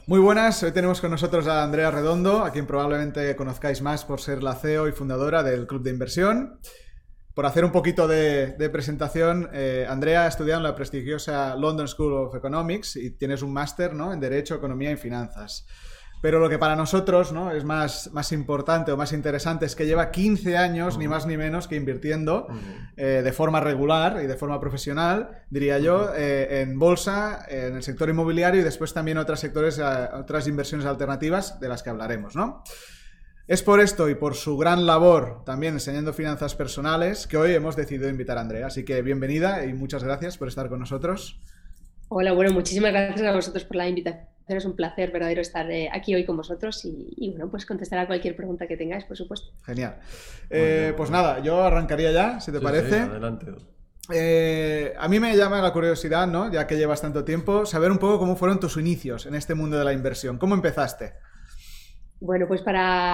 Muy buenas, hoy tenemos con nosotros a Andrea Redondo, a quien probablemente conozcáis más por ser la CEO y fundadora del Club de Inversión. Por hacer un poquito de presentación, Andrea ha estudiado en la prestigiosa London School of Economics y tienes un máster, ¿no?, en Derecho, Economía y Finanzas. Pero lo que para nosotros, ¿no?, es más importante o más interesante es que lleva 15 años, ni más ni menos, que invirtiendo de forma regular y de forma profesional, diría yo, en bolsa, en el sector inmobiliario y después también otros sectores, otras inversiones alternativas de las que hablaremos, ¿no? Es por esto y por su gran labor también enseñando finanzas personales que hoy hemos decidido invitar a Andrea. Así que bienvenida y muchas gracias por estar con nosotros. Hola, bueno, muchísimas gracias a vosotros por la invitación. Es un placer verdadero estar aquí hoy con vosotros y bueno, pues contestar a cualquier pregunta que tengáis, por supuesto. Genial. Muy bien, muy Pues bien. nada, yo arrancaría ya, si te Sí, parece. adelante. A mí me llama la curiosidad, ¿no?, ya que llevas tanto tiempo, saber un poco cómo fueron tus inicios en este mundo de la inversión. ¿Cómo empezaste? Bueno, pues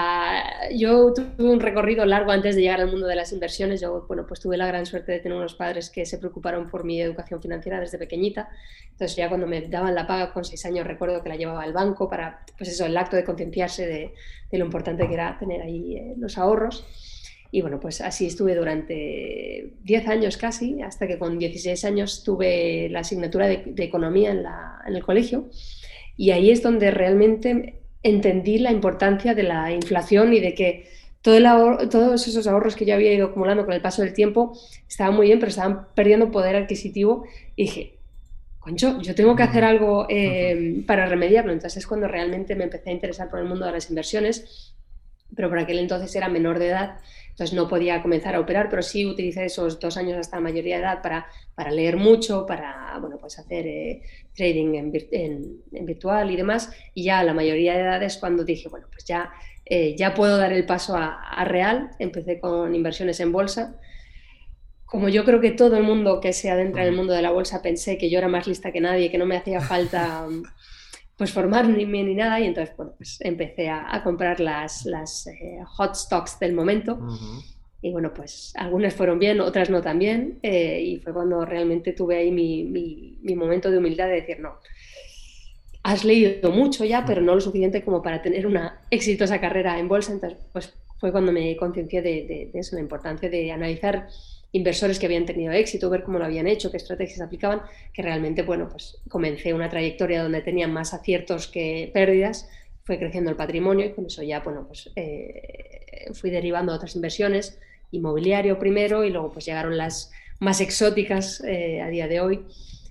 yo tuve un recorrido largo antes de llegar al mundo de las inversiones. Yo, bueno, pues tuve la gran suerte de tener unos padres que se preocuparon por mi educación financiera desde pequeñita. Entonces ya cuando me daban la paga con 6 años recuerdo que la llevaba al banco para, pues eso, el acto de concienciarse de lo importante que era tener ahí los ahorros. Y bueno, pues así estuve durante 10 años casi, hasta que con 16 años tuve la asignatura de economía en el colegio. Y ahí es donde realmente entendí la importancia de la inflación y de que todos esos ahorros que yo había ido acumulando con el paso del tiempo estaban muy bien, pero estaban perdiendo poder adquisitivo. Y dije, concho, yo tengo que hacer algo para remediarlo. Entonces es cuando realmente me empecé a interesar por el mundo de las inversiones, pero por aquel entonces era menor de edad, entonces no podía comenzar a operar, pero sí utilicé esos 2 años hasta la mayoría de edad para leer mucho, para, bueno, pues hacer trading en virtual y demás, y ya a la mayoría de edad es cuando dije, bueno, pues ya puedo dar el paso a real. Empecé con inversiones en bolsa. Como yo creo que todo el mundo que se adentra en el mundo de la bolsa, pensé que yo era más lista que nadie, que no me hacía falta pues formarme ni nada, y entonces bueno, pues empecé a comprar las hot stocks del momento. Y bueno, pues algunas fueron bien, otras no tan bien, y fue cuando realmente tuve ahí mi momento de humildad de decir, no, has leído mucho ya, pero no lo suficiente como para tener una exitosa carrera en bolsa. Entonces pues fue cuando me conciencié de eso, la importancia de analizar inversores que habían tenido éxito, ver cómo lo habían hecho, qué estrategias aplicaban, que realmente, bueno, pues comencé una trayectoria donde tenía más aciertos que pérdidas, fue creciendo el patrimonio y con eso ya, bueno, pues fui derivando a otras inversiones, inmobiliario primero y luego pues llegaron las más exóticas a día de hoy.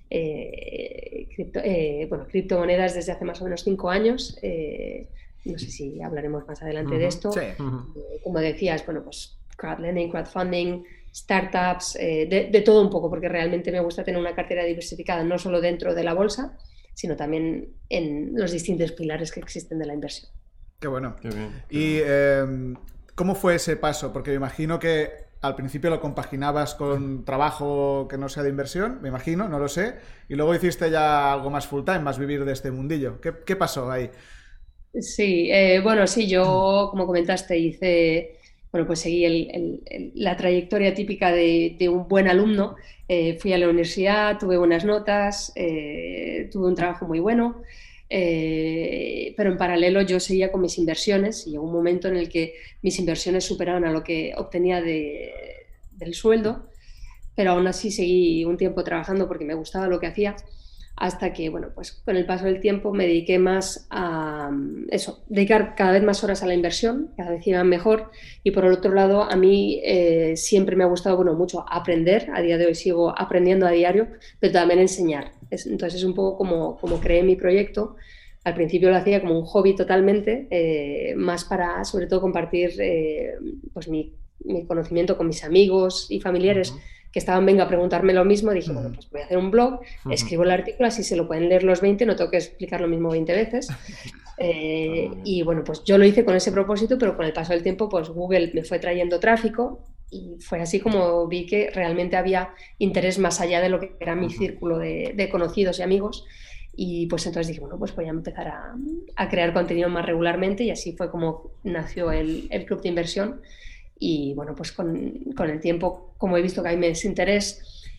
Bueno, criptomonedas desde hace más o menos 5 años. No sé si hablaremos más adelante de esto. Sí. Como decías, bueno, pues crowdlending, crowdfunding, startups, de todo un poco, porque realmente me gusta tener una cartera diversificada, no solo dentro de la bolsa, sino también en los distintos pilares que existen de la inversión. Qué bueno. Qué bien. ¿Y cómo fue ese paso? Porque me imagino que al principio lo compaginabas con trabajo que no sea de inversión, me imagino, no lo sé, y luego hiciste ya algo más full time, más vivir de este mundillo. ¿Qué pasó ahí? Sí, bueno, sí, yo, como comentaste, bueno, pues seguí la trayectoria típica de un buen alumno. Fui a la universidad, tuve buenas notas, tuve un trabajo muy bueno, pero en paralelo yo seguía con mis inversiones y llegó un momento en el que mis inversiones superaban a lo que obtenía del sueldo, pero aún así seguí un tiempo trabajando porque me gustaba lo que hacía, hasta que, bueno, pues con el paso del tiempo me dediqué más a eso, dedicar cada vez más horas a la inversión, cada vez iban mejor, y por el otro lado, a mí siempre me ha gustado, bueno, mucho aprender. A día de hoy sigo aprendiendo a diario, pero también enseñar. Entonces es un poco como creé mi proyecto. Al principio lo hacía como un hobby totalmente, más para, sobre todo, compartir pues mi conocimiento con mis amigos y familiares que estaban, venga, a preguntarme lo mismo. Dije, bueno, pues voy a hacer un blog, escribo el artículo, así se lo pueden leer los 20, no tengo que explicar lo mismo 20 veces. Y bueno, pues yo lo hice con ese propósito, pero con el paso del tiempo, pues Google me fue trayendo tráfico y fue así como vi que realmente había interés más allá de lo que era mi círculo de conocidos y amigos. Y pues entonces dije, bueno, pues voy a empezar a crear contenido más regularmente, y así fue como nació el Club de Inversión. Y bueno, pues con el tiempo, como he visto que hay más interés,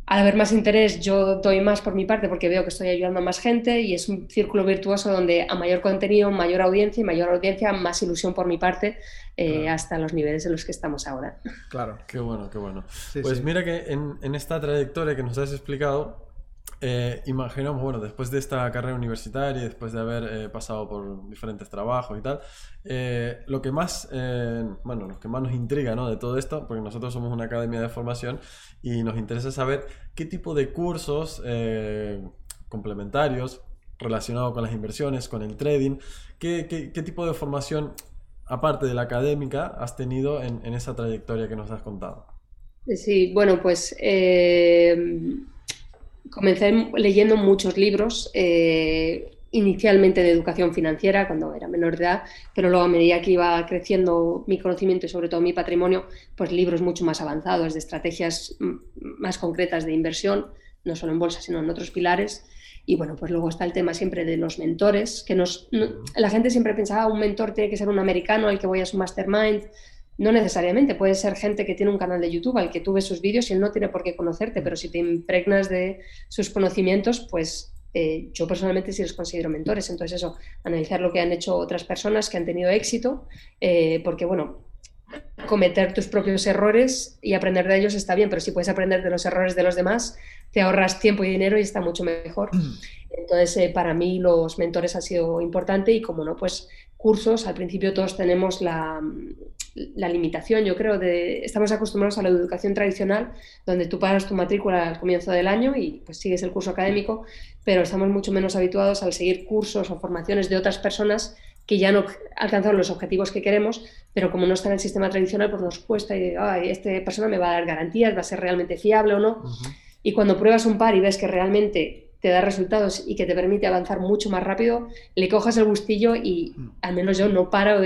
al haber más interés, yo doy más por mi parte porque veo que estoy ayudando a más gente y es un círculo virtuoso donde a mayor contenido, mayor audiencia y mayor audiencia, más ilusión por mi parte, Claro, hasta los niveles en los que estamos ahora. claro. Qué bueno, qué bueno. Sí, Pues sí. mira que en esta trayectoria que nos has explicado, imaginamos, bueno, después de esta carrera universitaria, después de haber pasado por diferentes trabajos y tal, bueno, lo que más nos intriga, ¿no? De todo esto, porque nosotros somos una academia de formación y nos interesa saber qué tipo de cursos complementarios relacionados con las inversiones, con el trading, qué tipo de formación, aparte de la académica, has tenido en esa trayectoria que nos has contado. Sí, bueno, pues comencé leyendo muchos libros, inicialmente de educación financiera cuando era menor de edad, pero luego a medida que iba creciendo mi conocimiento y sobre todo mi patrimonio, pues libros mucho más avanzados de estrategias más concretas de inversión, no solo en bolsa, sino en otros pilares. Y bueno, pues luego está el tema siempre de los mentores, que la gente siempre pensaba, un mentor tiene que ser un americano al que voy a su mastermind. No necesariamente, puede ser gente que tiene un canal de YouTube al que tú ves sus vídeos y él no tiene por qué conocerte, pero si te impregnas de sus conocimientos, pues yo personalmente sí los considero mentores. Entonces eso, analizar lo que han hecho otras personas que han tenido éxito, porque bueno, cometer tus propios errores y aprender de ellos está bien, pero si puedes aprender de los errores de los demás, te ahorras tiempo y dinero y está mucho mejor. Entonces, para mí los mentores han sido importante y como no, pues cursos, al principio todos tenemos la limitación, yo creo, estamos acostumbrados a la educación tradicional, donde tú pagas tu matrícula al comienzo del año y pues sigues el curso académico, pero estamos mucho menos habituados al seguir cursos o formaciones de otras personas que ya no alcanzaron los objetivos que queremos, pero como no está en el sistema tradicional, pues nos cuesta y esta persona me va a dar garantías, va a ser realmente fiable o no. Ujú. Y cuando pruebas un par y ves que realmente te da resultados y que te permite avanzar mucho más rápido, le cojas el gustillo y al menos yo no paro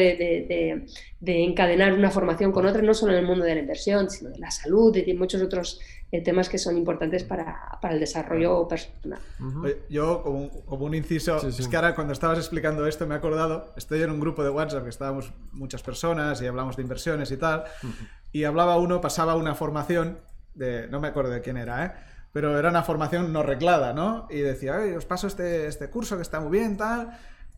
de encadenar una formación con otra, no solo en el mundo de la inversión, sino de la salud y de muchos otros temas que son importantes para el desarrollo personal. Ujú. Oye, yo, como un inciso, Sí, sí. es que ahora cuando estabas explicando esto me he acordado, estoy en un grupo de WhatsApp que estábamos muchas personas y hablamos de inversiones y tal, y pasaba una formación no me acuerdo de quién era, pero era una formación no reglada, ¿no? Y decía, oye, os paso este curso que está muy bien, tal,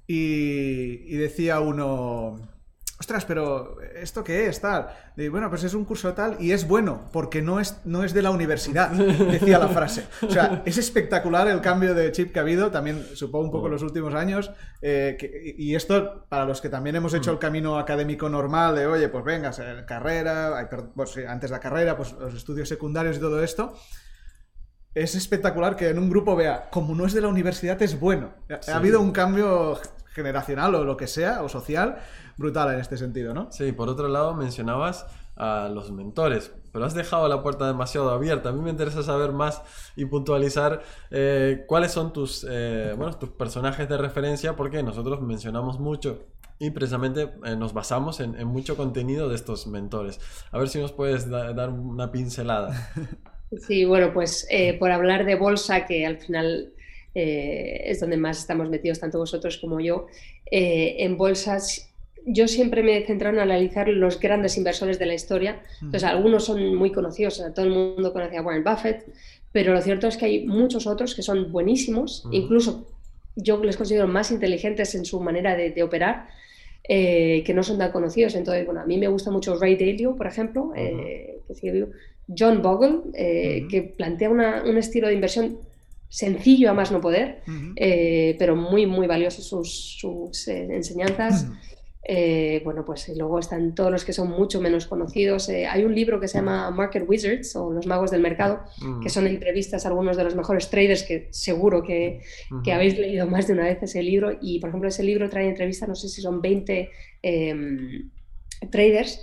y decía uno, ostras, pero ¿esto qué es, tal? Y bueno, pues es un curso tal y es bueno, porque no es de la universidad, decía la frase. O sea, es espectacular el cambio de chip que ha habido, también supongo un poco en los últimos años, y esto para los que también hemos hecho el camino académico normal de, oye, pues venga, carrera, pues, sí, antes de la carrera, pues los estudios secundarios y todo esto. Es espectacular que en un grupo vea, como no es de la universidad, es bueno. Sí. Ha habido un cambio generacional o lo que sea, o social, brutal en este sentido, ¿no? Sí, por otro lado mencionabas a los mentores, pero has dejado la puerta demasiado abierta. A mí me interesa saber más y puntualizar cuáles son tus personajes de referencia, porque nosotros mencionamos mucho y precisamente nos basamos en mucho contenido de estos mentores. A ver si nos puedes dar una pincelada. Sí, bueno, pues por hablar de bolsa, que al final es donde más estamos metidos, tanto vosotros como yo, en bolsas yo siempre me he centrado en analizar los grandes inversores de la historia. Entonces, algunos son muy conocidos, todo el mundo conoce a Warren Buffett, pero lo cierto es que hay muchos otros que son buenísimos, incluso yo les considero más inteligentes en su manera de operar, que no son tan conocidos. Entonces, bueno, a mí me gusta mucho Ray Dalio, por ejemplo, que sigue vivo. John Bogle, que plantea un estilo de inversión sencillo a más no poder, pero muy, muy valioso sus enseñanzas. Bueno, pues luego están todos los que son mucho menos conocidos. Hay un libro que se llama Market Wizards o Los Magos del Mercado, que son entrevistas a algunos de los mejores traders que seguro que habéis leído más de una vez ese libro. Y, por ejemplo, ese libro trae entrevistas, no sé si son 20 traders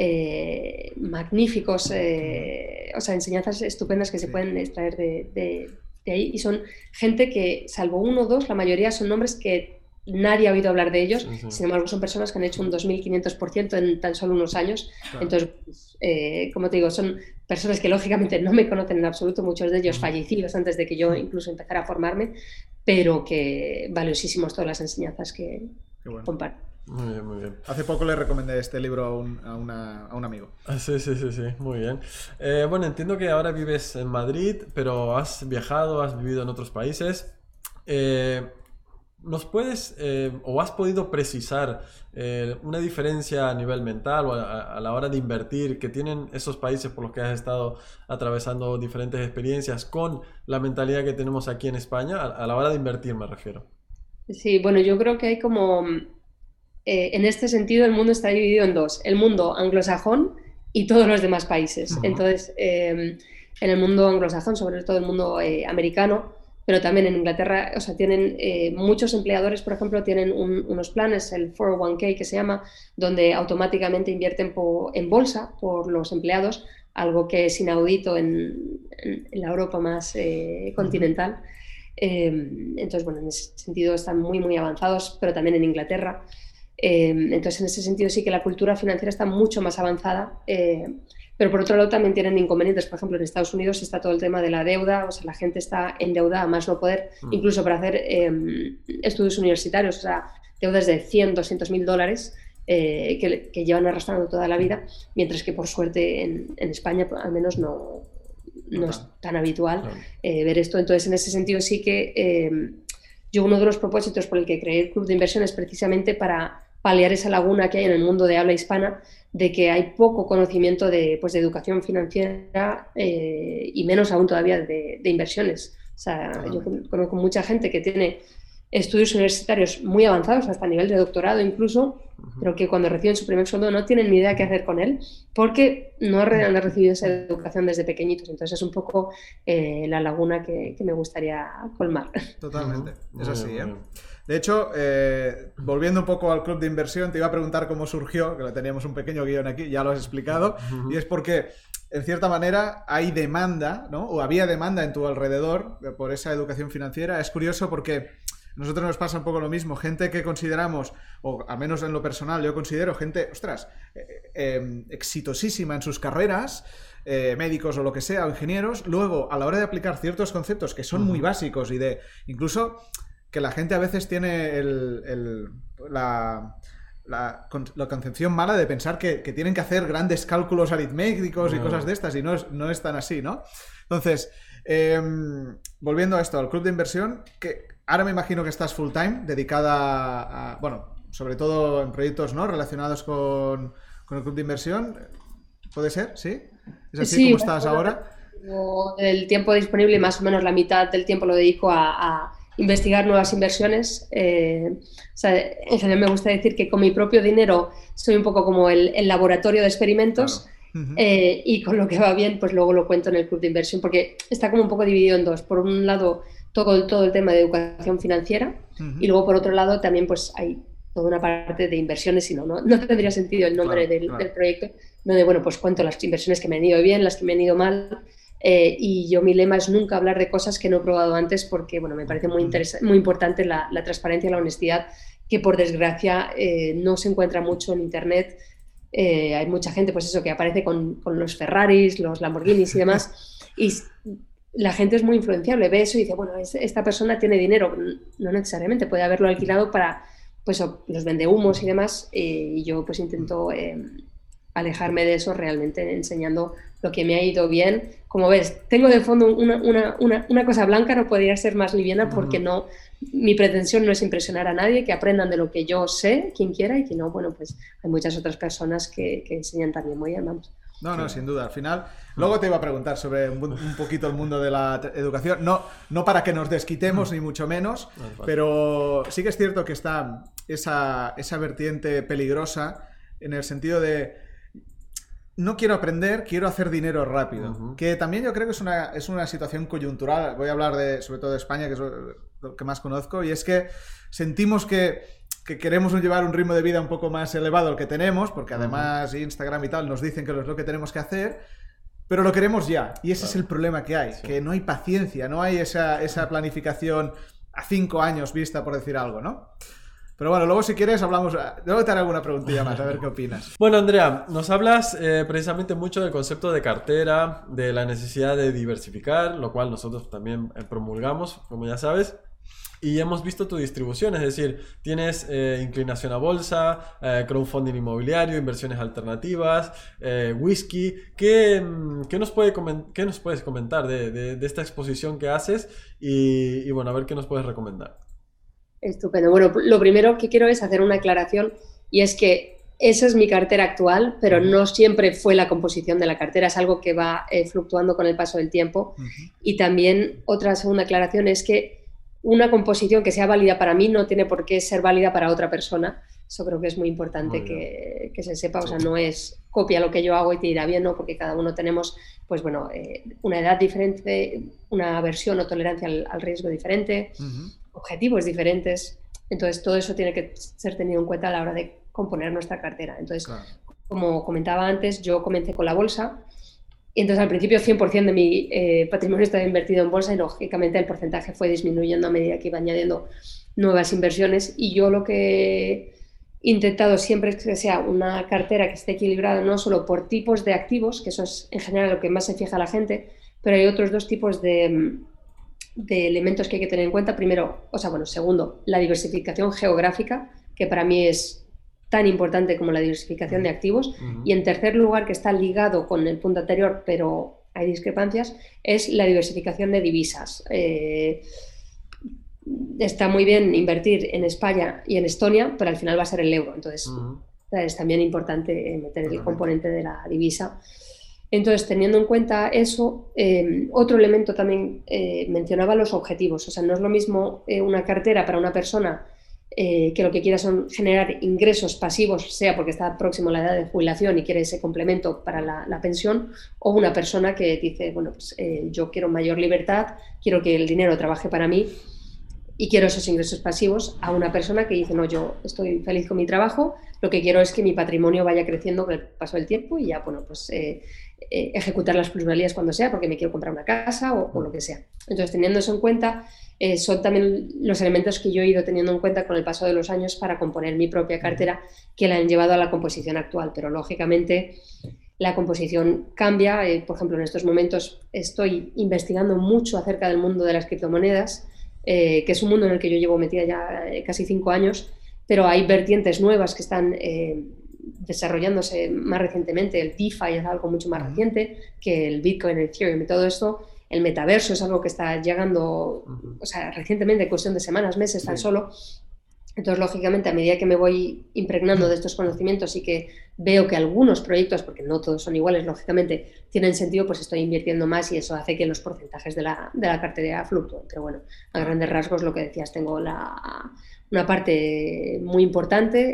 magníficos, o sea, enseñanzas estupendas que se pueden extraer de ahí. Y son gente que, salvo uno o dos, la mayoría son nombres que nadie ha oído hablar de ellos, sin embargo son personas que han hecho un 2500% en tan solo unos años. Claro. Entonces, como te digo, son personas que lógicamente no me conocen en absoluto, muchos de ellos fallecidos antes de que yo incluso empezara a formarme, pero que valiosísimos todas las enseñanzas que comparto. Muy bien, muy bien. Hace poco le recomendé este libro a un amigo. Sí, muy bien. Bueno, entiendo que ahora vives en Madrid, pero has viajado, has vivido en otros países. ¿Nos puedes o has podido precisar una diferencia a nivel mental o a la hora de invertir que tienen esos países por los que has estado atravesando diferentes experiencias con la mentalidad que tenemos aquí en España? A la hora de invertir me refiero. Sí, bueno, yo creo que hay como, en este sentido el mundo está dividido en dos, el mundo anglosajón y todos los demás países. Entonces, en el mundo anglosajón, sobre todo el mundo americano, pero también en Inglaterra, o sea, tienen muchos empleadores, por ejemplo, tienen unos planes, el 401k que se llama, donde automáticamente invierten en bolsa por los empleados, algo que es inaudito en la Europa más continental. Entonces, bueno, en ese sentido están muy, muy avanzados, pero también en Inglaterra. Entonces, en ese sentido sí que la cultura financiera está mucho más avanzada, pero por otro lado también tienen inconvenientes. Por ejemplo, en Estados Unidos está todo el tema de la deuda, o sea, la gente está endeudada a más no poder, incluso para hacer estudios universitarios, o sea, deudas de 100, 200 mil dólares que llevan arrastrando toda la vida, mientras que por suerte en España al menos no es tan habitual ver esto. Entonces, en ese sentido sí que yo uno de los propósitos por el que creé el Club de Inversión es precisamente para paliar esa laguna que hay en el mundo de habla hispana de que hay poco conocimiento de educación financiera y menos aún todavía de inversiones. O sea, yo conozco mucha gente que tiene estudios universitarios muy avanzados, hasta a nivel de doctorado incluso, pero que cuando reciben su primer sueldo no tienen ni idea qué hacer con él, porque no han recibido esa educación desde pequeñitos. Entonces es un poco la laguna que me gustaría colmar. Totalmente, es así, ¿eh? De hecho, volviendo un poco al Club de Inversión, te iba a preguntar cómo surgió, que lo teníamos un pequeño guión aquí, ya lo has explicado, y es porque, en cierta manera, hay demanda, ¿no? O había demanda en tu alrededor por esa educación financiera. Es curioso porque a nosotros nos pasa un poco lo mismo, gente que consideramos, o al menos en lo personal yo considero gente, ostras, exitosísima en sus carreras, médicos o lo que sea, o ingenieros, luego a la hora de aplicar ciertos conceptos que son muy básicos y de incluso que la gente a veces tiene la concepción mala de pensar que tienen que hacer grandes cálculos aritméticos y cosas de estas, y no es tan así, ¿no? Entonces, volviendo a esto, al Club de Inversión, que ahora me imagino que estás full time, dedicada a, bueno, sobre todo en proyectos, ¿no?, relacionados con el Club de Inversión. ¿Puede ser? ¿Sí? ¿Es así como estás ahora? El tiempo disponible, más o menos la mitad del tiempo lo dedico a investigar nuevas inversiones. O sea, en general me gusta decir que con mi propio dinero soy un poco como el laboratorio de experimentos. Claro. Y con lo que va bien, pues luego lo cuento en el Club de Inversión, porque está como un poco dividido en dos. Por un lado, todo el tema de educación financiera, y luego por otro lado también pues hay toda una parte de inversiones, si no tendría sentido el nombre del proyecto, donde bueno, pues cuento las inversiones que me han ido bien, las que me han ido mal, y yo mi lema es nunca hablar de cosas que no he probado antes, porque bueno, me parece muy importante la transparencia y la honestidad, que por desgracia no se encuentra mucho en internet. Hay mucha gente pues eso que aparece con los Ferraris, los Lamborghinis y demás, y la gente es muy influenciable, ve eso y dice, bueno, esta persona tiene dinero. No necesariamente, puede haberlo alquilado para pues los vendehumos y demás, y yo pues intento alejarme de eso, realmente enseñando lo que me ha ido bien. Como ves, tengo de fondo una cosa blanca, no podría ser más liviana, porque mi pretensión no es impresionar a nadie, que aprendan de lo que yo sé, quien quiera, y que no, bueno, pues hay muchas otras personas que enseñan también muy bien, vamos. No, sin duda. Al final, luego te iba a preguntar sobre un poquito el mundo de la educación. No para que nos desquitemos, ni mucho menos, pero sí que es cierto que está esa vertiente peligrosa en el sentido de no quiero aprender, quiero hacer dinero rápido. Que también yo creo que es una situación coyuntural. Voy a hablar sobre todo de España, que es lo que más conozco, y es que sentimos que queremos llevar un ritmo de vida un poco más elevado al que tenemos, porque además Instagram y tal nos dicen que es lo que tenemos que hacer, pero lo queremos ya, y ese es el problema que hay, que no hay paciencia, no hay esa planificación a 5 años vista, por decir algo, ¿no? Pero bueno, luego si quieres hablamos, luego te haré alguna preguntilla más, a ver qué opinas. Bueno, Andrea, nos hablas precisamente mucho del concepto de cartera, de la necesidad de diversificar, lo cual nosotros también promulgamos, como ya sabes. Y hemos visto tu distribución, es decir, tienes inclinación a bolsa, crowdfunding inmobiliario, inversiones alternativas, whisky. ¿Qué nos puedes comentar de esta exposición que haces? Y bueno, a ver qué nos puedes recomendar. Estupendo. Bueno, lo primero que quiero es hacer una aclaración, y es que esa es mi cartera actual, pero no siempre fue la composición de la cartera, es algo que va fluctuando con el paso del tiempo. Y también otra segunda aclaración es que una composición que sea válida para mí no tiene por qué ser válida para otra persona. Eso creo que es muy importante que se sepa. O sea, no es copia lo que yo hago y te irá bien, ¿no? Porque cada uno tenemos, pues bueno, una edad diferente, una aversión o tolerancia al riesgo diferente, objetivos diferentes. Entonces, todo eso tiene que ser tenido en cuenta a la hora de componer nuestra cartera. Entonces, como comentaba antes, yo comencé con la bolsa. Y entonces al principio 100% de mi patrimonio estaba invertido en bolsa y lógicamente el porcentaje fue disminuyendo a medida que iba añadiendo nuevas inversiones. Y yo lo que he intentado siempre es que sea una cartera que esté equilibrada no solo por tipos de activos, que eso es en general lo que más se fija la gente, pero hay otros dos tipos de elementos que hay que tener en cuenta. Primero, segundo, la diversificación geográfica, que para mí es tan importante como la diversificación de activos. Y en tercer lugar, que está ligado con el punto anterior, pero hay discrepancias, es la diversificación de divisas. Está muy bien invertir en España y en Estonia, pero al final va a ser el euro. Entonces, es también importante meter el componente de la divisa. Entonces, teniendo en cuenta eso, otro elemento también mencionaba los objetivos. O sea, no es lo mismo una cartera para una persona que lo que quiera son generar ingresos pasivos, sea porque está próximo a la edad de jubilación y quiere ese complemento para la pensión, o una persona que dice, bueno, pues yo quiero mayor libertad, quiero que el dinero trabaje para mí y quiero esos ingresos pasivos, a una persona que dice, no, yo estoy feliz con mi trabajo, lo que quiero es que mi patrimonio vaya creciendo con el paso del tiempo y ya, bueno, pues ejecutar las plusvalías cuando sea, porque me quiero comprar una casa o lo que sea. Entonces, teniendo eso en cuenta, son también los elementos que yo he ido teniendo en cuenta con el paso de los años para componer mi propia cartera, que la han llevado a la composición actual. Pero, lógicamente, la composición cambia. Por ejemplo, en estos momentos estoy investigando mucho acerca del mundo de las criptomonedas, que es un mundo en el que yo llevo metida ya casi 5 años, pero hay vertientes nuevas que están desarrollándose más recientemente. El DeFi es algo mucho más reciente que el Bitcoin, el Ethereum y todo esto. El metaverso es algo que está llegando, o sea, recientemente, en cuestión de semanas, meses tan solo. Entonces, lógicamente, a medida que me voy impregnando de estos conocimientos y que veo que algunos proyectos, porque no todos son iguales, lógicamente, tienen sentido, pues estoy invirtiendo más y eso hace que los porcentajes de la cartera fluctúen. Pero bueno, a grandes rasgos, lo que decías, tengo una parte muy importante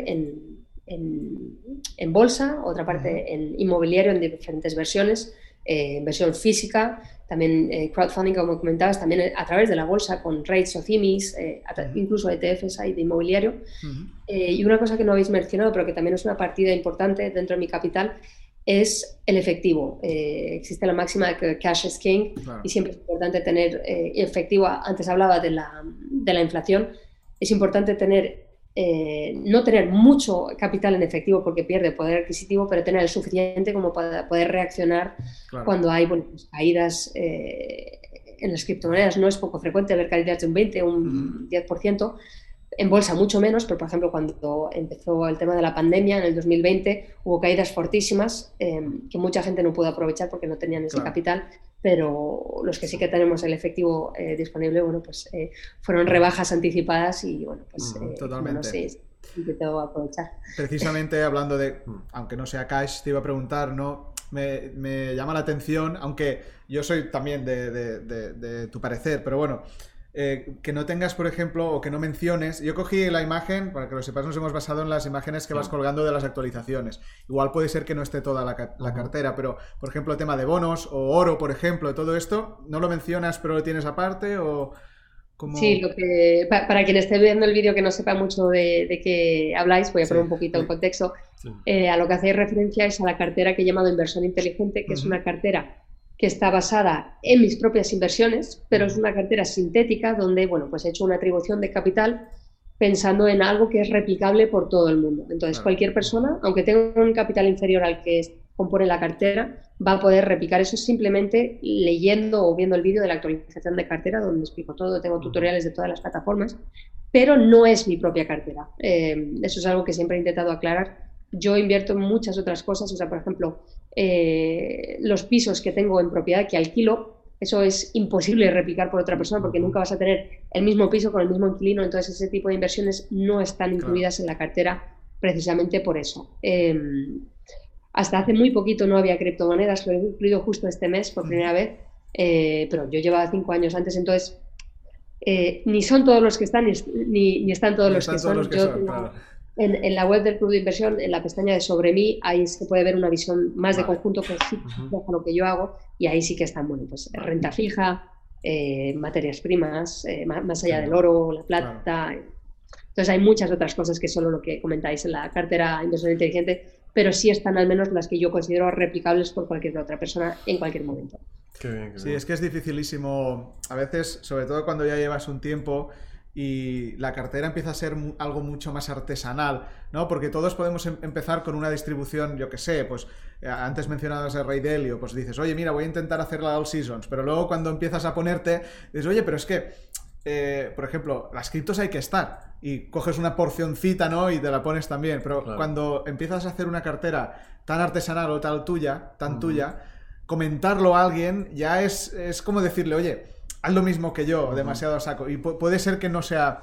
en bolsa, otra parte en inmobiliario en diferentes versiones, inversión física, también crowdfunding, como comentabas, también a través de la bolsa con REITs o CIMIs, incluso ETFs hay de inmobiliario. Y una cosa que no habéis mencionado, pero que también es una partida importante dentro de mi capital, es el efectivo. Existe la máxima de que cash is king, y siempre es importante tener efectivo. Antes hablaba de la inflación. Es importante tener no tener mucho capital en efectivo porque pierde poder adquisitivo, pero tener el suficiente como para poder reaccionar cuando hay pues, caídas en las criptomonedas. No es poco frecuente ver caídas de un 20 o un 10%, en bolsa mucho menos, pero por ejemplo cuando empezó el tema de la pandemia en el 2020 hubo caídas fortísimas que mucha gente no pudo aprovechar porque no tenían ese capital, pero los que sí que tenemos el efectivo disponible, bueno, pues fueron rebajas anticipadas y bueno, pues totalmente. Bueno, sí, intentó aprovechar. Precisamente hablando de, aunque no sea cash, te iba a preguntar, ¿no? Me llama la atención, aunque yo soy también de tu parecer, pero bueno, que no tengas, por ejemplo, o que no menciones. Yo cogí la imagen, para que lo sepas, nos hemos basado en las imágenes que vas colgando de las actualizaciones. Igual puede ser que no esté toda la cartera, pero, por ejemplo, el tema de bonos o oro, por ejemplo, todo esto, ¿no lo mencionas pero lo tienes aparte o...? ¿Cómo? Sí, para quien esté viendo el vídeo que no sepa mucho de qué habláis, voy a poner un poquito en contexto. A lo que hacéis referencia es a la cartera que he llamado inversión inteligente, que es una cartera que está basada en mis propias inversiones, pero es una cartera sintética donde, bueno, pues he hecho una atribución de capital pensando en algo que es replicable por todo el mundo. Entonces, cualquier persona, aunque tenga un capital inferior al que compone la cartera, va a poder replicar eso simplemente leyendo o viendo el vídeo de la actualización de cartera, donde explico todo, tengo tutoriales de todas las plataformas, pero no es mi propia cartera. Eso es algo que siempre he intentado aclarar. Yo invierto en muchas otras cosas, o sea, por ejemplo, los pisos que tengo en propiedad que alquilo, eso es imposible replicar por otra persona porque nunca vas a tener el mismo piso con el mismo inquilino, entonces ese tipo de inversiones no están incluidas en la cartera precisamente por eso. Hasta hace muy poquito no había criptomonedas, lo he incluido justo este mes por primera vez, pero yo llevaba 5 años antes, entonces ni son todos los que están, ni están todos los que son. Claro. En la web del Club de Inversión, en la pestaña de Sobre mí, ahí se puede ver una visión más de conjunto que sí refleja lo que yo hago, y ahí sí que están, bueno, pues renta fija, materias primas, más allá del oro, la plata. Claro. Entonces hay muchas otras cosas que solo lo que comentáis en la cartera Inversión Inteligente, pero sí están al menos las que yo considero replicables por cualquier otra persona en cualquier momento. Qué bien, sí, es que es dificilísimo, a veces, sobre todo cuando ya llevas un tiempo y la cartera empieza a ser algo mucho más artesanal, ¿no? Porque todos podemos empezar con una distribución, yo que sé, pues antes mencionabas a Ray Dalio, pues dices, oye, mira, voy a intentar hacer la All Seasons, pero luego cuando empiezas a ponerte, dices, oye, pero es que, por ejemplo, las criptos hay que estar, y coges una porcioncita, ¿no? Y te la pones también, pero claro, cuando empiezas a hacer una cartera tan artesanal o tan tuya, comentarlo a alguien ya es como decirle, oye, haz lo mismo que yo, demasiado a saco. Y puede ser que no sea...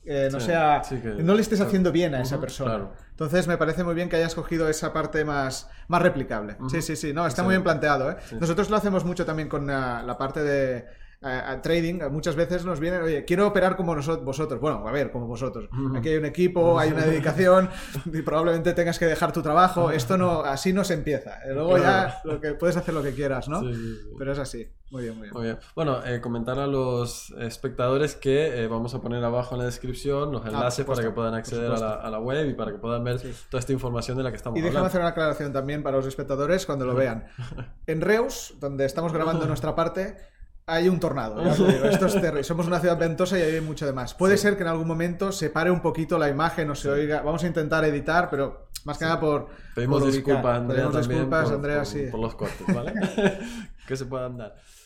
no le estés haciendo bien a esa persona. Claro. Entonces me parece muy bien que hayas cogido esa parte más replicable. Sí. No, está muy bien planteado, ¿eh? Sí. Nosotros lo hacemos mucho también con la parte de... trading. Muchas veces nos viene, oye, quiero operar como vosotros. Bueno, a ver, como vosotros. Aquí hay un equipo, hay una dedicación y probablemente tengas que dejar tu trabajo. Esto no, así no se empieza. Luego ya puedes hacer lo que quieras, ¿no? Sí. Pero es así. Muy bien. Muy bien. Bueno, comentar a los espectadores que vamos a poner abajo en la descripción los enlaces para que puedan acceder a la web y para que puedan ver toda esta información de la que estamos hablando. Y déjame hacer una aclaración también para los espectadores cuando lo vean. En Reus, donde estamos grabando nuestra parte, hay un tornado, ya os lo digo. Esto es terrible. Somos una ciudad ventosa y hay mucho de más. Puede ser que en algún momento se pare un poquito la imagen o se oiga. Vamos a intentar editar, pero más que nada pedimos disculpas, Andrea, Pedimos disculpas, Andrea, por los cortes, ¿vale? Que se puedan dar.